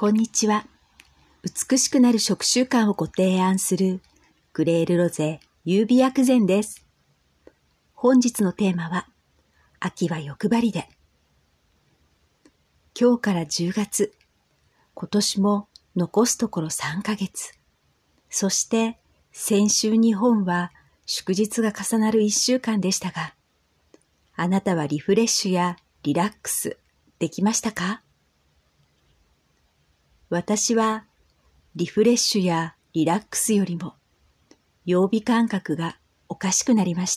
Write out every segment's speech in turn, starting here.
こんにちは。美しくなる食習慣をご提案するクレールロゼ優美薬膳です。本日のテーマは秋は欲張りで。今日から10月、今年も残すところ3ヶ月。そして先週日本は祝日が重なる1週間でしたが、あなたはリフレッシュやリラックスできましたか？私はリフレッシュやリラックスよりも曜日感覚がおかしくなりました。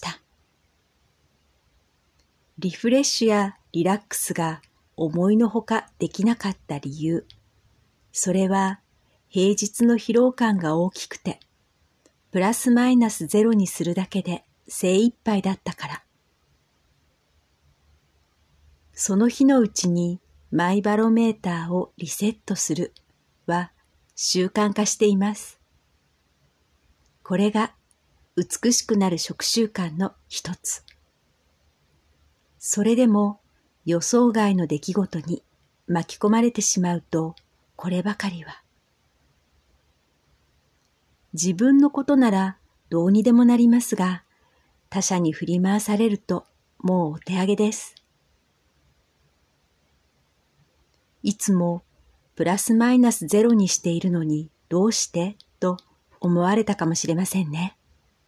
リフレッシュやリラックスが思いのほかできなかった理由、それは平日の疲労感が大きくて、プラスマイナスゼロにするだけで精一杯だったから。その日のうちにマイバロメーターをリセットするは習慣化しています。これが美しくなる食習慣の一つ。それでも予想外の出来事に巻き込まれてしまうと、こればかりは。自分のことならどうにでもなりますが、他者に振り回されるともうお手上げです。いつもプラスマイナスゼロにしているのにどうしてと思われたかもしれませんね。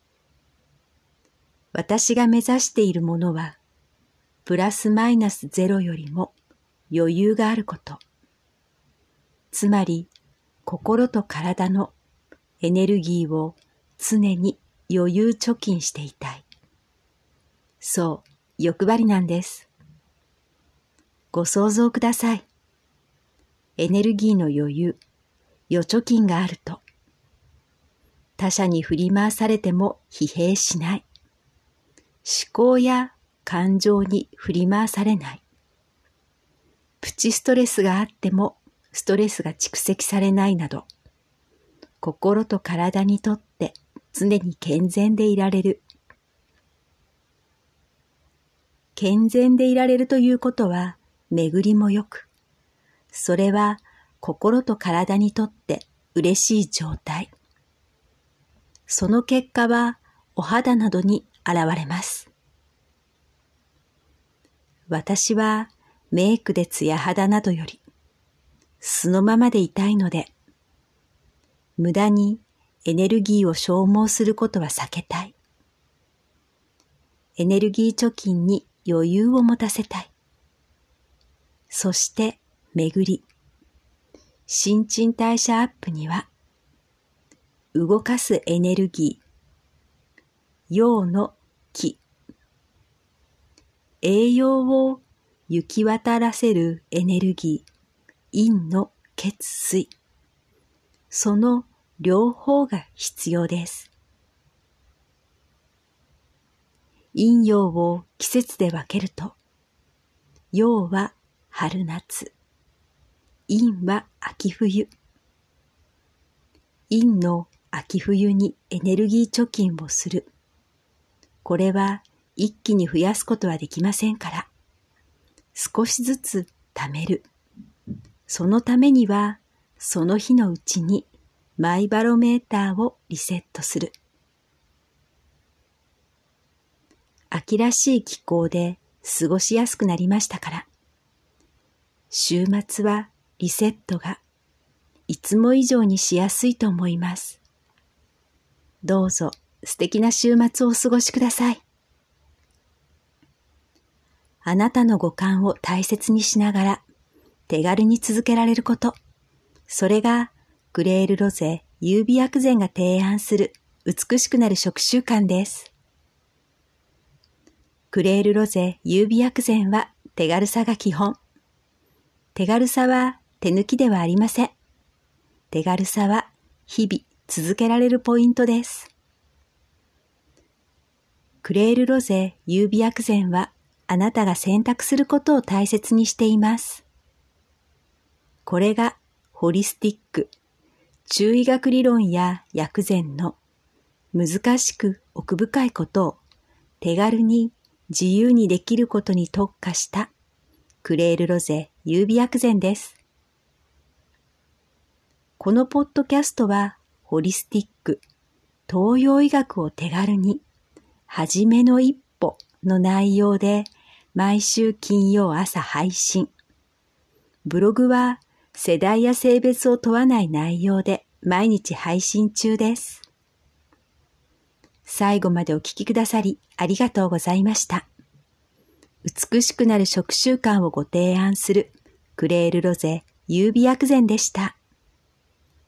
私が目指しているものは、プラスマイナスゼロよりも余裕があること。つまり、心と体のエネルギーを常に余裕貯金していたい。そう、欲張りなんです。ご想像ください。エネルギーの余裕、余貯金があると、他者に振り回されても疲弊しない。思考や感情に振り回されない。プチストレスがあってもストレスが蓄積されないなど、心と体にとって常に健全でいられる。健全でいられるということは巡りもよく、それは心と体にとって嬉しい状態。その結果はお肌などに現れます。私はメイクでツヤ肌などより素のままでいたいので、無駄にエネルギーを消耗することは避けたい。エネルギー貯金に余裕を持たせたい。そして巡り、新陳代謝アップには、動かすエネルギー、陽の気、栄養を行き渡らせるエネルギー、陰の血水、その両方が必要です。陰陽を季節で分けると、陽は春夏、陰は秋冬。陰の秋冬にエネルギー貯金をする。これは一気に増やすことはできませんから、少しずつ貯める。そのためには、その日のうちにマイバロメーターをリセットする。秋らしい気候で過ごしやすくなりましたから、週末はリセットがいつも以上にしやすいと思います。どうぞ素敵な週末をお過ごしください。あなたの五感を大切にしながら手軽に続けられること、それがクレールロゼ優美薬膳が提案する美しくなる食習慣です。クレールロゼ優美薬膳は手軽さが基本。手軽さは手抜きではありません。手軽さは日々続けられるポイントです。クレールロゼ優美薬膳はあなたが選択することを大切にしています。これがホリスティック、中医学理論や薬膳の難しく奥深いことを手軽に自由にできることに特化したクレールロゼ優美薬膳です。 このポッドキャストはホリスティック、東洋医学を手軽に、はじめの一歩の内容で毎週金曜朝配信。ブログは世代や性別を問わない内容で毎日配信中です。最後までお聞きくださりありがとうございました。美しくなる食習慣をご提案するクレールロゼ優美薬膳でした。